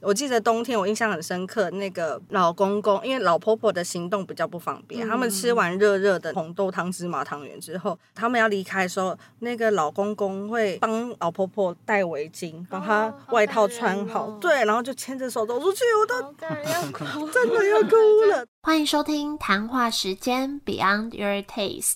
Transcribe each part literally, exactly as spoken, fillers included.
我记得冬天我印象很深刻，那个老公公因为老婆婆的行动比较不方便、嗯、他们吃完热热的红豆汤芝麻汤圆之后，他们要离开的时候，那个老公公会帮老婆婆戴围巾，帮她外套穿好、哦、对，然后就牵着手走出去，我都要哭真的要哭了。 欢迎收听谈话时间 Beyond Your Taste。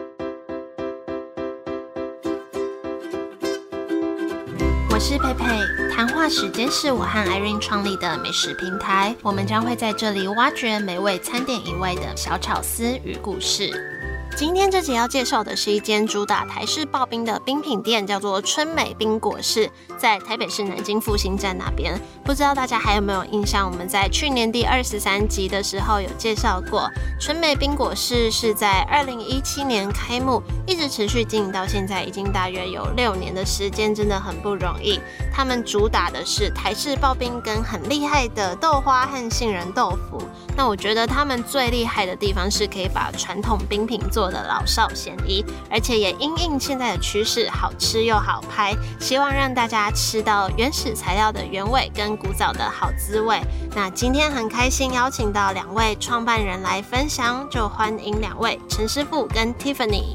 我是佩佩，谈话时间是我和 Irene 创立的美食平台，我们将会在这里挖掘美味餐点以外的小巧思与故事。今天这集要介绍的是一间主打台式刨冰的冰品店，叫做春美冰果室，在台北市南京复兴站那边。不知道大家还有没有印象，我们在去年第二十三集的时候有介绍过，春美冰果室是在二零一七年开幕，一直持续经营到现在，已经大约有六年的时间，真的很不容易。他们主打的是台式刨冰跟很厉害的豆花和杏仁豆腐。那我觉得他们最厉害的地方是可以把传统冰品做的老少咸宜，而且也因应现在的趋势，好吃又好拍，希望让大家吃到原始材料的原味跟古早的好滋味。那今天很开心邀请到两位创办人来分享，就欢迎两位陈师傅跟 Tiffany。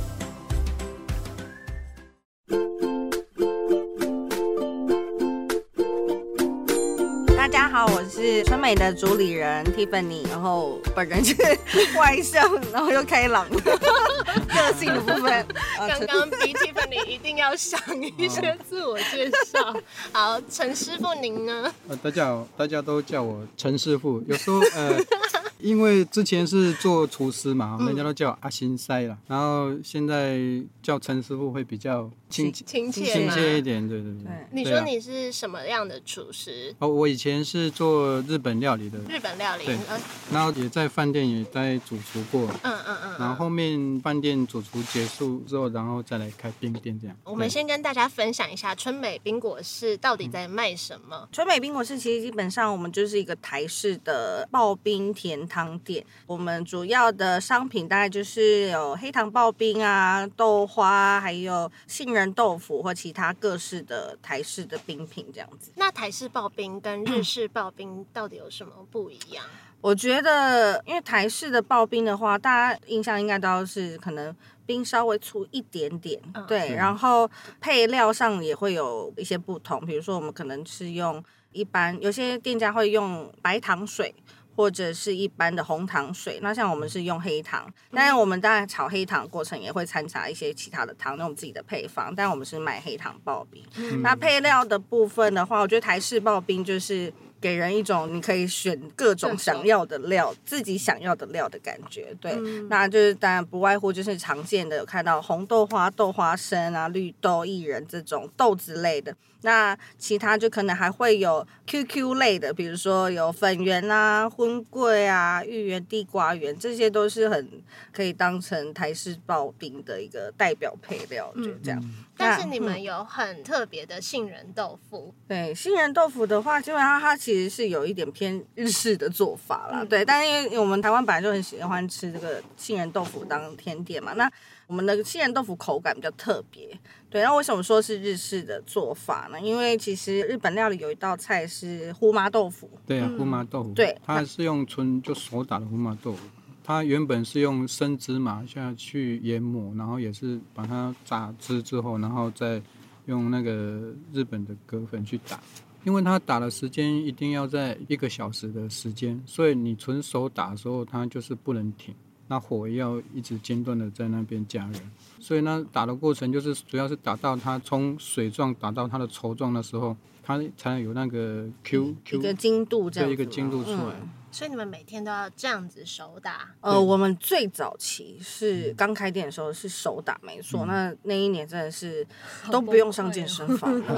大家好，我是春美的主理人 Tiffany， 然后本人是外向，然后又开朗的个性的部分。 刚刚逼 Tiffany 一定要想一些自我介绍。好，陈师傅您呢？ 呃，大家好，大家都叫我陈师傅。有时候呃，因为之前是做厨师嘛，人家都叫阿新塞啦，然后现在叫陈师傅会比较亲亲切亲切一点，对对 对, 对。 你说你是什么样的厨师？ 哦，我以前是做日本料理的。 日本料理。 对。然后也在饭店也在主厨过。 嗯嗯嗯。 然后后面饭店主厨结束之后，然后再来开冰店这样。 我们先跟大家分享一下春美冰果室到底在卖什么。 嗯、春美冰果室其实基本上我们就是一个台式的刨冰甜汤店，我们主要的商品大概就是有黑糖刨冰啊、豆花，还有杏仁豆腐或其他各式的台式的冰品这样子。 那台式刨冰跟日式刨冰到底有什么不一样？ 我觉得因为台式的刨冰的话，大家印象应该都是可能冰稍微粗一点点、嗯、对，然后配料上也会有一些不同，比如说我们可能是用一般有些店家会用白糖水或者是一般的红糖水，那像我们是用黑糖，但是我们当然炒黑糖的过程也会掺杂一些其他的糖，那我们自己的配方，但我们是卖黑糖刨冰、嗯、那配料的部分的话，我觉得台式刨冰就是给人一种你可以选各种想要的料，自己想要的料的感觉，对、嗯、那就是当然不外乎就是常见的有看到红豆花、豆花生啊、绿豆、薏仁这种豆子类的，那其他就可能还会有 Q Q 类的，比如说有粉圆啊、荤桂啊、芋圆、地瓜圆，这些都是很可以当成台式刨冰的一个代表配料，嗯、就这样。 但是你们有很特别的杏仁豆腐。 对，杏仁豆腐的话，基本上它其实是有一点偏日式的做法啦。嗯、对，但是因为我们台湾本来就很喜欢吃这个杏仁豆腐当甜点嘛，那我们的杏仁豆腐口感比较特别。对，那为什么说是日式的做法呢？因为其实日本料理有一道菜是胡麻豆腐。 对啊，胡麻豆腐。 对， 它是用纯就手打的胡麻豆腐。它原本是用生芝麻下去研磨，然后也是把它榨汁之后，然后再用那个日本的葛粉去打。因为它打的时间一定要在一个小时的时间，所以你纯手打的时候，它就是不能停，那火要一直间断的在那边加热。所以呢，打的过程就是主要是打到它从水状打到它的稠状的时候，它才有那个 Q、嗯、Q 一个精度这样子， 一个精度出来。 嗯，所以你们每天都要这样子手打？ 呃，我们最早期是刚开店的时候是手打，没错、嗯。那那一年真的是都不用上健身房了，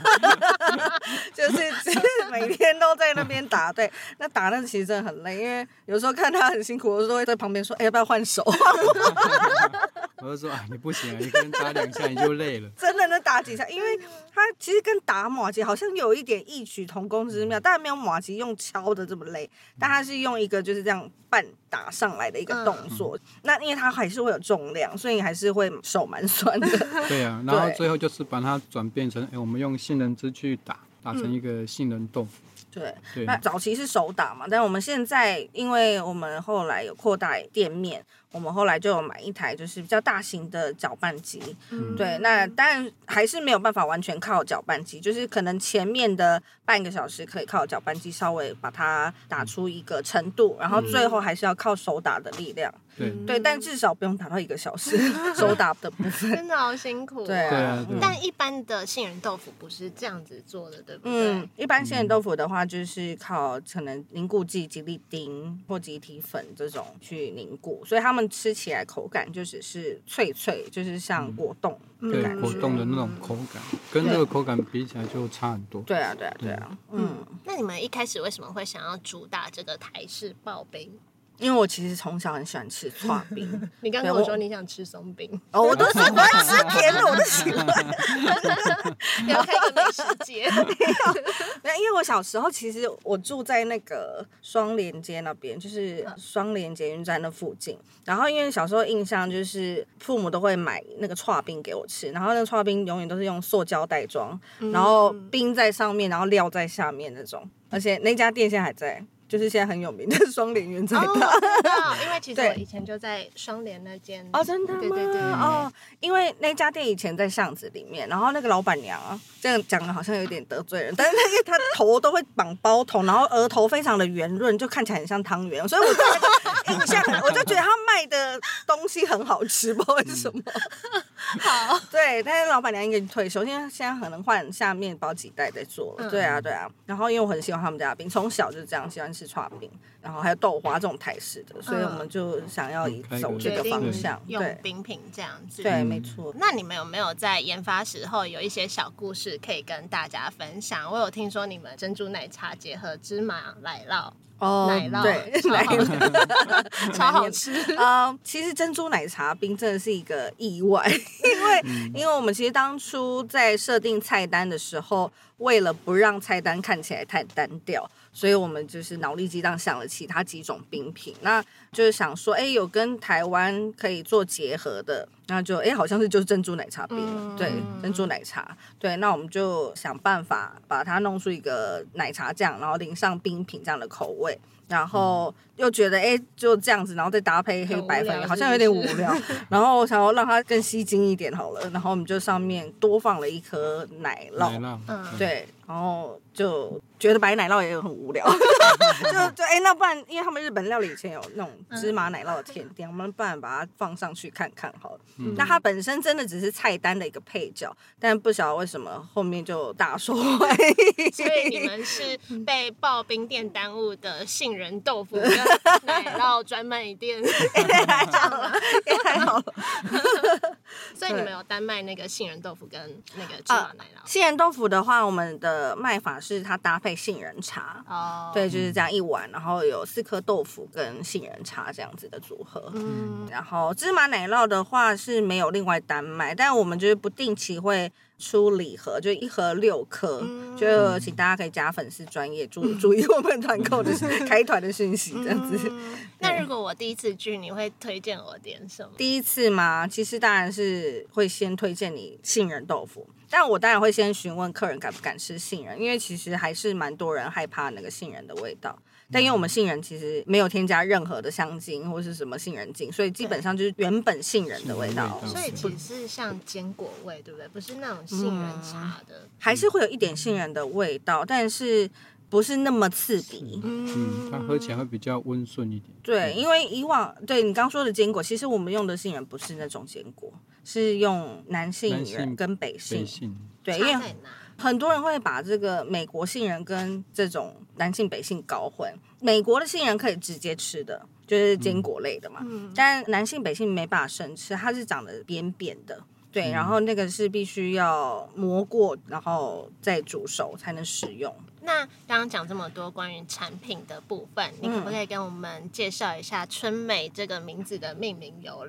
就是每天都在那边打。对，那打那其实真的很累，因为有时候看他很辛苦，我都会在旁边说：“哎、欸，要不要换手？” 我就说：“啊，你不行啊，一个人打两下你就累了。” 真的能打几下，因为它其实跟打麻糬好像有一点异曲同工之妙，当然没有麻糬用敲的这么累，但它是用一个就是这样半打上来的一个动作。嗯、那因为它还是会有重量，所以你还是会手蛮酸的。 对啊，然后最后就是把它转变成，哎，我们用杏仁汁去打，打成一个杏仁豆腐。 对， 对那早期是手打嘛，但我们现在因为我们后来有扩大店面，我们后来就有买一台就是比较大型的搅拌机。嗯，对，那当然还是没有办法完全靠搅拌机，就是可能前面的半个小时可以靠搅拌机稍微把它打出一个程度，然后最后还是要靠手打的力量。 对对，但至少不用打到一个小时手打的部分， 真的好辛苦、哦。 对啊， 对啊， 但一般的杏仁豆腐不是这样子做的，对不对？ 嗯，一般杏仁豆腐的话，就是靠可能凝固剂、吉利丁或吉体粉这种去凝固，所以他们吃起来口感就只是脆脆，就是像果冻的对感觉。 果冻的那种口感，跟这个口感比起来就差很多。 对啊，对啊，对啊，嗯。 那你们一开始为什么会想要主打这个台式刨冰？ 因为我其实从小很喜欢吃剉冰， 你刚跟我说你想吃松饼， 哦，我都喜欢吃甜的，我都喜欢。 你要开个美食节？ 因为我小时候其实我住在那个双连街那边，就是双连捷运站那附近。然后因为小时候印象就是父母都会买那个剉冰给我吃，然后那个剉冰永远都是用塑胶袋装，然后冰在上面，然后料在下面那种。而且那家店现在还在。就是现在很有名的双连原材料， 哦，因为其实我以前就在双连那间哦，真的吗？ 对对对哦，因为那家店以前在巷子里面，然后那个老板娘啊，这样讲的好像有点得罪人，但是因为她头都会绑包头，然后额头非常的圆润，就看起来很像汤圆，所以我对那个印象，我就觉得她卖的东西很好吃，不知道为什么。 好， 对，但是老板娘应该退休，因为现在可能换下面包几代在做了。嗯、对啊，对啊。然后因为我很喜欢他们家的冰，从小就这样喜欢吃剉冰，然后还有豆花这种台式的，所以我们就想要以走这个方向， 用冰品这样子。 对，没错。 那你们有没有在研发时候有一些小故事可以跟大家分享？我有听说你们珍珠奶茶结合芝麻奶酪。 哦， 奶酪对， 奶酪超好吃啊、呃！其实珍珠奶茶冰真的是一个意外，因为、嗯、因为我们其实当初在设定菜单的时候，为了不让菜单看起来太单调，所以我们就是脑力激荡想了其他几种冰品，那就是想说，哎，有跟台湾可以做结合的，那就哎好像是就是珍珠奶茶冰，嗯、对，珍珠奶茶，对，那我们就想办法把它弄出一个奶茶酱，然后淋上冰品这样的口味。然后又觉得哎就这样子，然后再搭配黑白粉，好像有点无聊。然后我想要让它更吸睛一点好了，然后我们就上面多放了一颗奶酪， 奶酪嗯，对，然后就觉得白奶酪也很无聊，就就哎那不然，因为他们日本料理以前有那种芝麻奶酪的甜点，我们不然把它放上去看看好了。嗯、那它本身真的只是菜单的一个配角，但不晓得为什么后面就大受欢迎。 所以你们是被刨冰店耽误的杏仁豆腐跟奶酪专卖店， 也还好了，也还好了。 所以你们有单卖那个杏仁豆腐跟那个芝麻奶酪、 啊。杏仁豆腐的话，我们的卖法是它搭配杏仁茶，哦，对，就是这样一碗，然后有四颗豆腐跟杏仁茶这样子的组合。嗯，然后芝麻奶酪的话是没有另外单卖，但我们就是不定期会出礼盒，就一盒六颗，嗯、就请大家可以加粉丝专页注注意我们团购的开团的讯息，这样子。嗯、 那如果我第一次去，你会推荐我点什么？ 第一次吗？其实当然是会先推荐你杏仁豆腐，但我当然会先询问客人敢不敢吃杏仁，因为其实还是蛮多人害怕那个杏仁的味道。但因为我们杏仁其实没有添加任何的香精或是什么杏仁精，所以基本上就是原本杏仁的味道。 所以其实是像坚果味，对不对？不是那种杏仁茶的，嗯、 还是会有一点杏仁的味道，但是不是那么刺鼻。 嗯，它喝起来会比较温顺一点。 对，因为以往对你刚说的坚果，其实我们用的杏仁不是那种坚果，是用南杏仁跟北杏。 北杏对，因为很多人会把这个美国杏仁跟这种南杏北杏搞混。美国的杏仁可以直接吃的，就是坚果类的嘛，嗯、但南杏北杏没办法生吃，它是长得扁扁的。对，嗯、然后那个是必须要磨过，然后再煮熟才能使用。 那刚刚讲这么多关于产品的部分，你可不可以跟我们介绍一下春美这个名字的命名由来？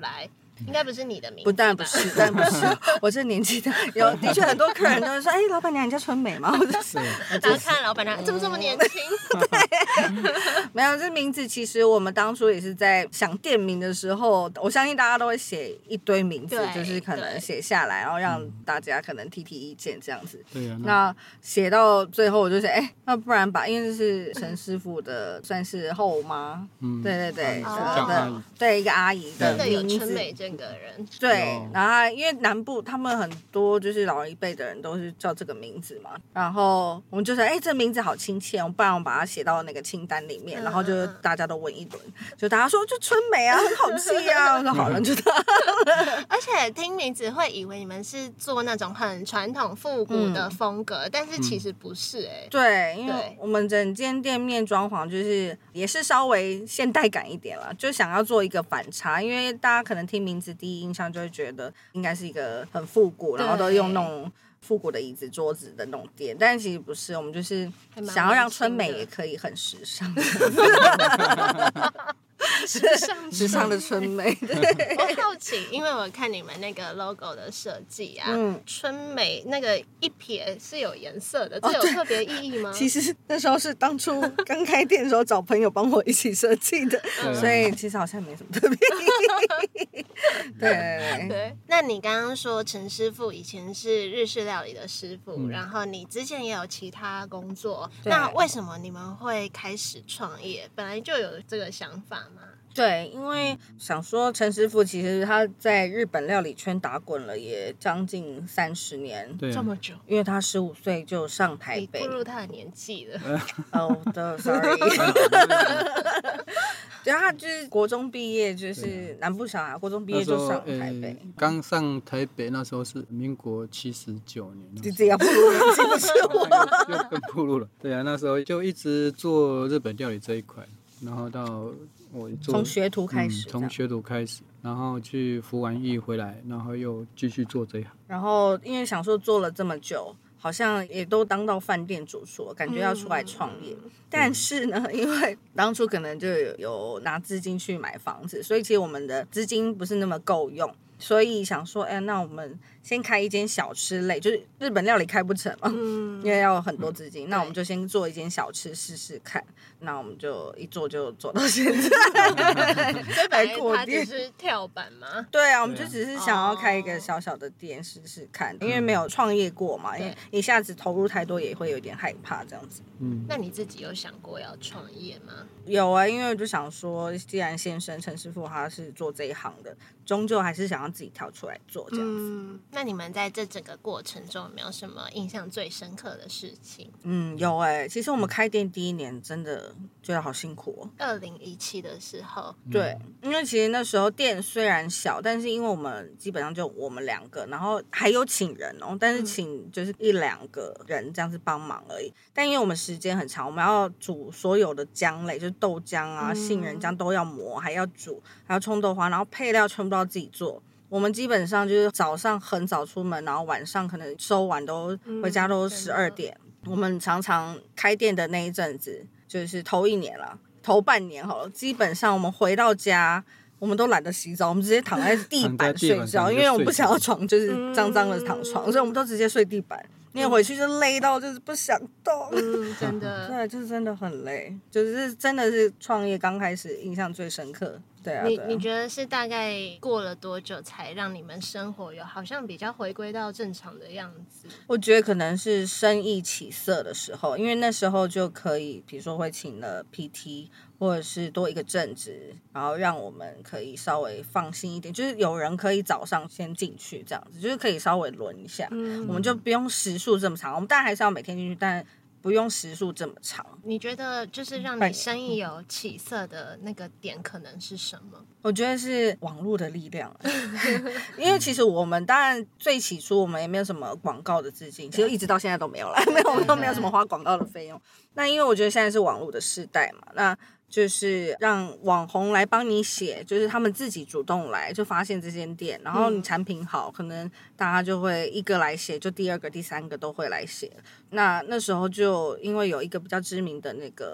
应该不是你的名字， 不，当然不是，当然不是，我这年纪的有的确很多客人都会说，哎、欸，老板娘你叫春美吗？我就是， 然后看老板娘怎么这么年轻， 对，没有这名字，其实我们当初也是在想店名的时候，我相信大家都会写一堆名字，就是可能写下来，然后让大家可能提提意见这样子。 对啊， 那写到最后我就说，哎、欸，那不然把，因为这是陈师傅的算是后妈，嗯，对对对， 哦、 的对一个阿姨的名字。 春美这个人， 对，然后因为南部他们很多就是老一辈的人都是叫这个名字嘛，然后我们就说，哎，这名字好亲切，不然我们把它写到那个清单里面，然后就大家都问一轮，就大家说就春美啊，很好记啊，我说好了，就到了。 而且听名字会以为你们是做那种很传统复古的风格，嗯、但是其实不是哎、欸。 对，因为我们整间店面装潢就是也是稍微现代感一点了，就想要做一个反差，因为大家可能听名字第一印象就会觉得应该是一个很复古，然后都用那种复古的椅子桌子的那种店，但其实不是，我们就是想要让春美也可以很时尚。 时尚时尚的春美，对。 我好奇，因为我看你们那个 logo 的设计啊，嗯、春美那个一撇是有颜色的，这有特别意义吗？ 哦、其实那时候是当初刚开店的时候找朋友帮我一起设计的，嗯、所以其实好像没什么特别意义。对对。那你刚刚说陈师傅以前是日式料理的师傅，嗯、然后你之前也有其他工作，那为什么你们会开始创业？本来就有这个想法吗？ 对，因为想说陈师傅其实他在日本料理圈打滚了也将近三十年， 对， 这么久， 因为他十五岁就上台北， 步入他的年纪了。 哦，的 ，sorry。对，他就是国中毕业，就是南部小孩，国中毕业就上台北。 刚、欸、上台北那时候是民国七十九年， 你自己要步入年纪不是我， 又更步入了。对啊，那时候就一直做日本料理这一块，然后到。我从学徒开始、 嗯，从学徒开始，然后去服完役回来，然后又继续做这一行。 然后因为想说做了这么久，好像也都当到饭店主厨，感觉要出来创业。嗯、但是呢，因为当初可能就有有拿资金去买房子，所以其实我们的资金不是那么够用。所以想说，哎，那我们先开一间小吃类，就是日本料理开不成嘛，嗯、因为要有很多资金，嗯、那我们就先做一间小吃试试看。那我们就一做就做到现在。 所以本来它只是跳板吗？ 对啊，我们就只是想要开一个小小的店试试看，因为没有创业过嘛，因为一下子投入太多也会有点害怕这样子。 嗯，那你自己有想过要创业吗？ 有啊，因为我就想说，既然先生陈师傅他是做这一行的，终究还是想要自己跳出来做这样子。 嗯，那你们在这整个过程中有没有什么印象最深刻的事情？ 嗯，有哎、欸，其实我们开店第一年真的觉得好辛苦哦。 二零一七的时候， 对，因为其实那时候店虽然小，但是因为我们基本上就我们两个，然后还有请人哦，但是请就是一两个人这样子帮忙而已。但因为我们时间很长，我们要煮所有的浆类，就是豆浆啊、杏仁浆都要磨，还要煮，还要冲豆花，然后配料全部都要自己做。我们基本上就是早上很早出门，然后晚上可能收完都回家都十二点。嗯、我们常常开店的那一阵子，就是头一年了，头半年好了，基本上我们回到家，我们都懒得洗澡，我们直接躺在地板睡觉，因为我们不想要床就是脏脏的躺床，嗯、所以我们都直接睡地板。因为回去就累到就是不想动， 嗯，真的， 对，就是真的很累，就是真的是创业刚开始印象最深刻。对啊， 你对啊， 你觉得是大概过了多久才让你们生活有好像比较回归到正常的样子？ 我觉得可能是生意起色的时候，因为那时候就可以，比如说会请了 P T， 或者是多一个正职，然后让我们可以稍微放心一点，就是有人可以早上先进去这样子，就是可以稍微轮一下，嗯、我们就不用时数这么长，我们当然还是要每天进去，但不用时数这么长。 你觉得就是让你生意有起色的那个点可能是什么？ 我觉得是网络的力量。因为其实我们当然最起初我们也没有什么广告的资金，其实一直到现在都没有啦，没有，我们都没有什么花广告的费用。那因为我觉得现在是网络的时代嘛，那就是让网红来帮你写，就是他们自己主动来就发现这间店，然后你产品好，嗯、可能大家就会一个来写，就第二个第三个都会来写。那那时候就因为有一个比较知名的那个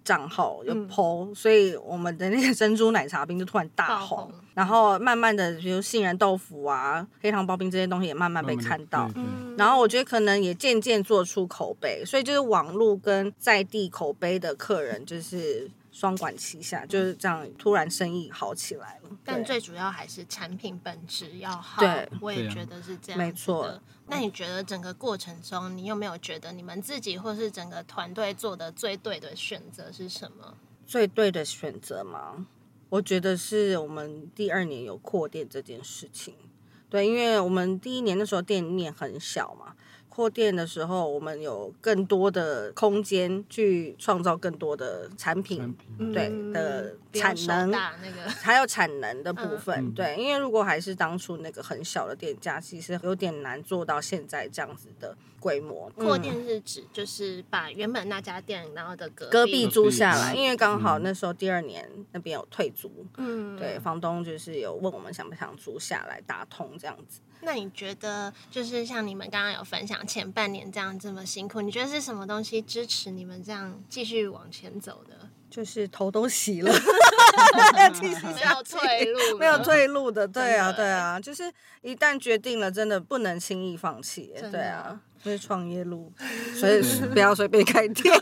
账号有 po、嗯、所以我们的那个珍珠奶茶冰就突然大红，然后慢慢的比如杏仁豆腐啊黑糖刨冰这些东西也慢慢被看到，嗯、然后我觉得可能也渐渐做出口碑，所以就是网络跟在地口碑的客人就是双管齐下，就是这样突然生意好起来了。 但最主要还是产品本质要好，对，我也觉得是这样子的。没错。那你觉得整个过程中，你有没有觉得你们自己或是整个团队做的最对的选择是什么？ 最对的选择吗？我觉得是我们第二年有扩店这件事情。对，因为我们第一年的时候店面很小嘛，扩店的时候我们有更多的空间去创造更多的产品，产品对、嗯、的产能、那个、还有产能的部分、嗯、对，因为如果还是当初那个很小的店家，其实有点难做到现在这样子的规模。 扩店是指就是把原本那家店然后的隔壁隔壁租下来，因为刚好那时候第二年那边有退租，嗯，对，房东就是有问我们想不想租下来打通这样子。 那你觉得就是像你们刚刚有分享前半年这样这么辛苦，你觉得是什么东西支持你们这样继续往前走的？ 就是头都洗了没有退路没有退路的，对啊对啊，就是一旦决定了真的不能轻易放弃，对啊，就是创业路，所以不要随便开店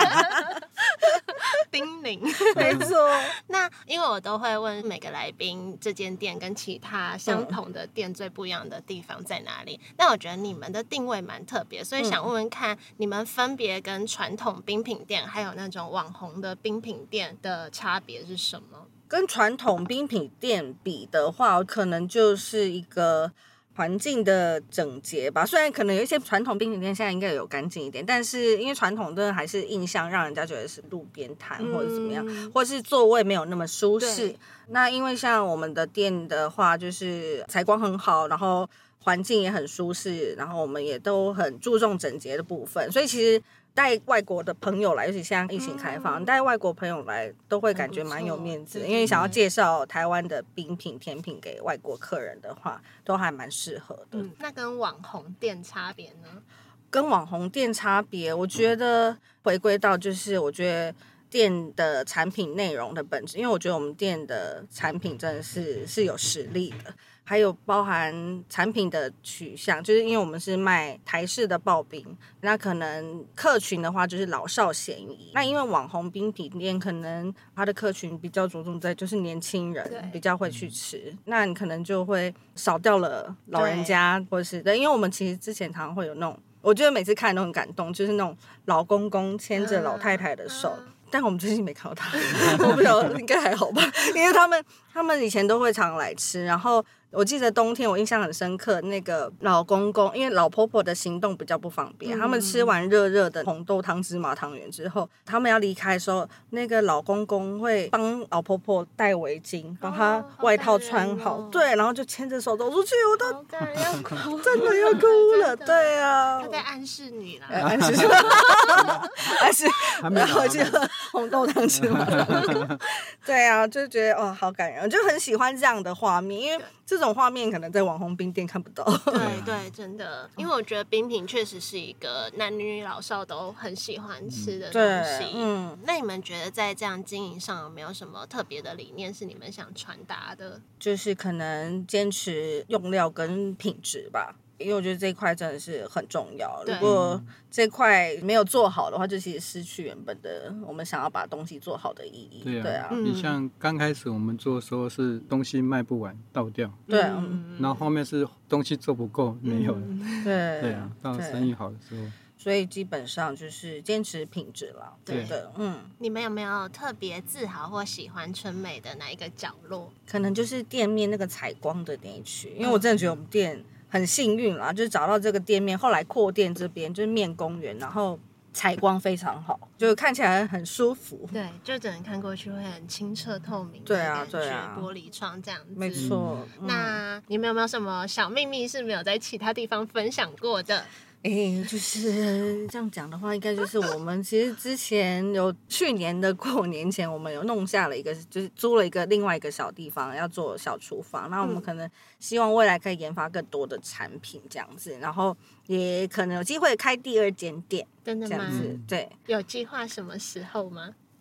叮咛没错。 那因为我都会问每个来宾这间店跟其他相同的店最不一样的地方在哪里、嗯、但我觉得你们的定位蛮特别，所以想问问看、嗯、你们分别跟传统冰品店还有那种网红的冰品店的差别是什么？ 跟传统冰品店比的话，可能就是一个环境的整洁吧，虽然可能有一些传统冰品店现在应该有干净一点，但是因为传统的还是印象让人家觉得是路边摊或者怎么样、嗯、或是座位没有那么舒适。那因为像我们的店的话就是采光很好，然后环境也很舒适，然后我们也都很注重整洁的部分，所以其实带外国的朋友来，尤其现在疫情开放、嗯、带外国朋友来都会感觉蛮有面子，因为想要介绍台湾的冰品甜品给外国客人的话都还蛮适合的、嗯、 那跟网红店差别呢？ 跟网红店差别我觉得回归到就是我觉得店的产品内容的本质，因为我觉得我们店的产品真的是是有实力的，还有包含产品的取向，就是因为我们是卖台式的刨冰，那可能客群的话就是老少咸宜，那因为网红冰品店可能它的客群比较着重在就是年轻人比较会去吃，那你可能就会少掉了老人家或者是对，因为我们其实之前常常会有那种我觉得每次看都很感动，就是那种老公公牵着老太太的手、嗯但我们最近没看到他我不知道应该还好吧，因为他们他们以前都会常来吃，然后我记得冬天我印象很深刻，那个老公公因为老婆婆的行动比较不方便、嗯、他们吃完热热的红豆汤芝麻汤圆之后，他们要离开的时候，那个老公公会帮老婆婆戴围巾，帮她外套穿好、哦、对，然后就牵着手走出去，我都真的要哭了对啊， 他在暗示你啦、 呃、暗示暗示然后就红豆汤芝麻汤圆对啊，就觉得哦好感人，我就很喜欢这样的画面，因为这种画面可能在网红冰店看不到对对，真的，因为我觉得冰品确实是一个男女老少都很喜欢吃的东西、嗯嗯、那你们觉得在这样经营上有没有什么特别的理念是你们想传达的？ 就是可能坚持用料跟品质吧，因为我觉得这一块真的是很重要，如果这块没有做好的话，就其实失去原本的我们想要把东西做好的意义。 对啊， 对啊、 嗯、你像刚开始我们做的时候是东西卖不完倒掉， 对、啊嗯、然后后面是东西做不够、嗯、没有了， 对对啊，到生意好的时候， 所以基本上就是坚持品质啦。对的，嗯。 你们有没有特别自豪或喜欢春美的哪一个角落？ 可能就是店面那个采光的那一区，因为我真的觉得我们店很幸运啦，就是找到这个店面，后来扩店这边就是面公园，然后采光非常好，就看起来很舒服。 对，就整个看过去会很清澈透明的对啊感觉， 对啊， 玻璃窗这样子。 没错、 嗯、那你们有没有什么小秘密是没有在其他地方分享过的？ 哎、欸，就是这样讲的话，应该就是我们其实之前有去年的过年前，我们有弄下了一个，就是租了一个另外一个小地方要做小厨房。那我们可能希望未来可以研发更多的产品这样子，然后也可能有机会开第二间店， 真的吗？ 这样子，对， 有计划什么时候吗？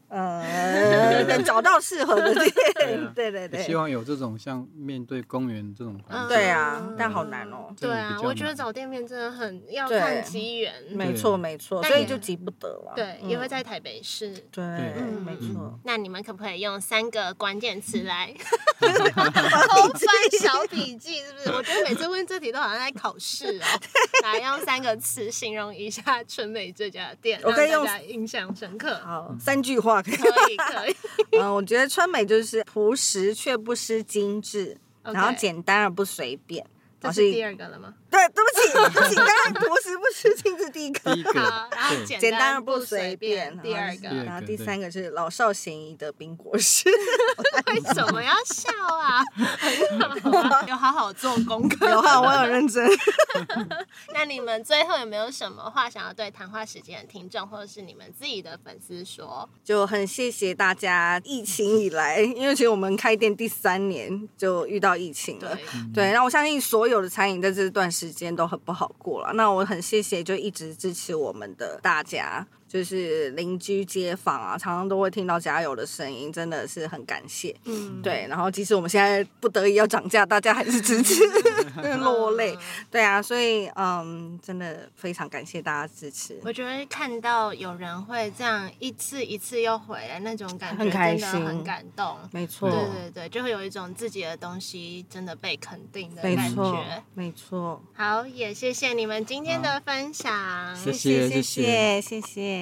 呃，找到适合的店，对对对， 希望有这种像面对公园这种环境。 对啊，但好难哦。 对啊，我觉得找店面真的很要看机缘。 没错没错，所以就急不得了。 对，也会在台北市。 对，没错。 那你们可不可以用三个关键词来偷翻小笔记？是不是？我觉得每次问这题都好像在考试哦。来用三个词形容一下春美这家店， 我可以用让大家印象深刻。 好，三句话可以。 可以可以。 嗯，我觉得春美就是朴实却不失精致， okay. 然后简单而不随便。 这是第二个了吗？ 对，对不起，对不起，刚刚朴实不失精致第一个， 第一个， 好，然后简单而不随便第二个， 然后第三个是老少咸宜的冰果室。 为什么要笑啊？很好，有好好做功课， 有啊，我有认真。 那你们最后有没有什么话想要对谈话时间的听众，或者是你们自己的粉丝说？ 就很谢谢大家，疫情以来，因为其实我们开店第三年就遇到疫情了，对，对，那我相信所有的餐饮在这段时间都很不好过了。那我很谢谢就一直支持我们的大家。就是邻居街坊啊，常常都会听到加油的声音，真的是很感谢。嗯，对。然后即使我们现在不得已要涨价，大家还是支持，落泪。对啊，所以嗯，真的非常感谢大家支持。 我觉得看到有人会这样一次一次又回来，那种感觉很开心， 真的很感动。 没错， 对对对，就会有一种自己的东西真的被肯定的感觉。 没错。 好，也谢谢你们今天的分享， 谢谢谢谢谢谢。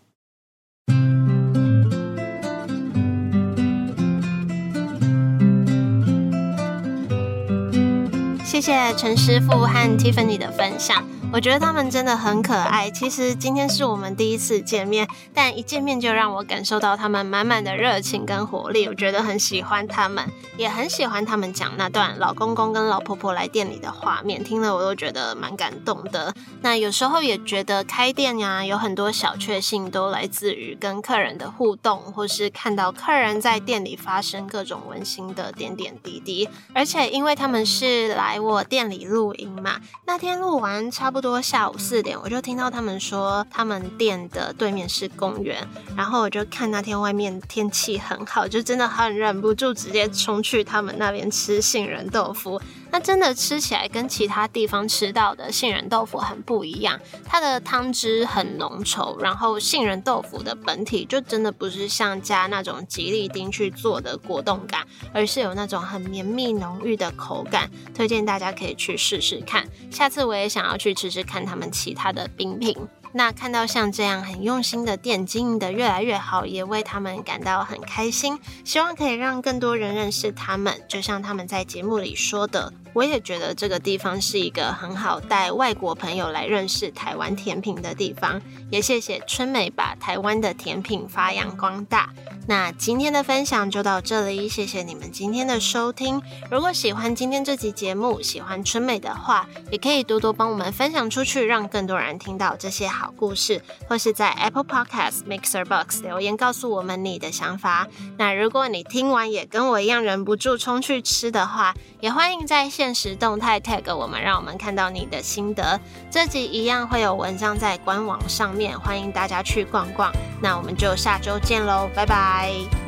谢谢陈师傅和 Tiffany 的分享，我觉得他们真的很可爱。其实今天是我们第一次见面，但一见面就让我感受到他们满满的热情跟活力，我觉得很喜欢他们，也很喜欢他们讲那段老公公跟老婆婆来店里的画面，听了我都觉得蛮感动的。那有时候也觉得开店呀，有很多小确幸都来自于跟客人的互动，或是看到客人在店里发生各种温馨的点点滴滴。而且因为他们是来我店里录音嘛，那天录完差不多下午四点，我就听到他们说他们店的对面是公园，然后我就看那天外面天气很好，就真的很忍不住直接冲去他们那边吃杏仁豆腐。那真的吃起来跟其他地方吃到的杏仁豆腐很不一样，它的汤汁很浓稠，然后杏仁豆腐的本体就真的不是像加那种吉利丁去做的果冻感，而是有那种很绵密浓郁的口感，推荐大家可以去试试看。下次我也想要去吃吃看他们其他的冰品。那看到像这样很用心的店经营的越来越好，也为他们感到很开心，希望可以让更多人认识他们。就像他们在节目里说的，我也觉得这个地方是一个很好带外国朋友来认识台湾甜品的地方，也谢谢春美把台湾的甜品发扬光大。那今天的分享就到这里，谢谢你们今天的收听。如果喜欢今天这集节目，喜欢春美的话，也可以多多帮我们分享出去，让更多人听到这些好故事，或是在 Apple Podcast、Mixer Box 留言告诉我们你的想法。那如果你听完也跟我一样忍不住冲去吃的话，也欢迎在限时动态 tag 我们，让我们看到你的心得。这集一样会有文章在官网上面，欢迎大家去逛逛。那我们就下周见咯，拜拜。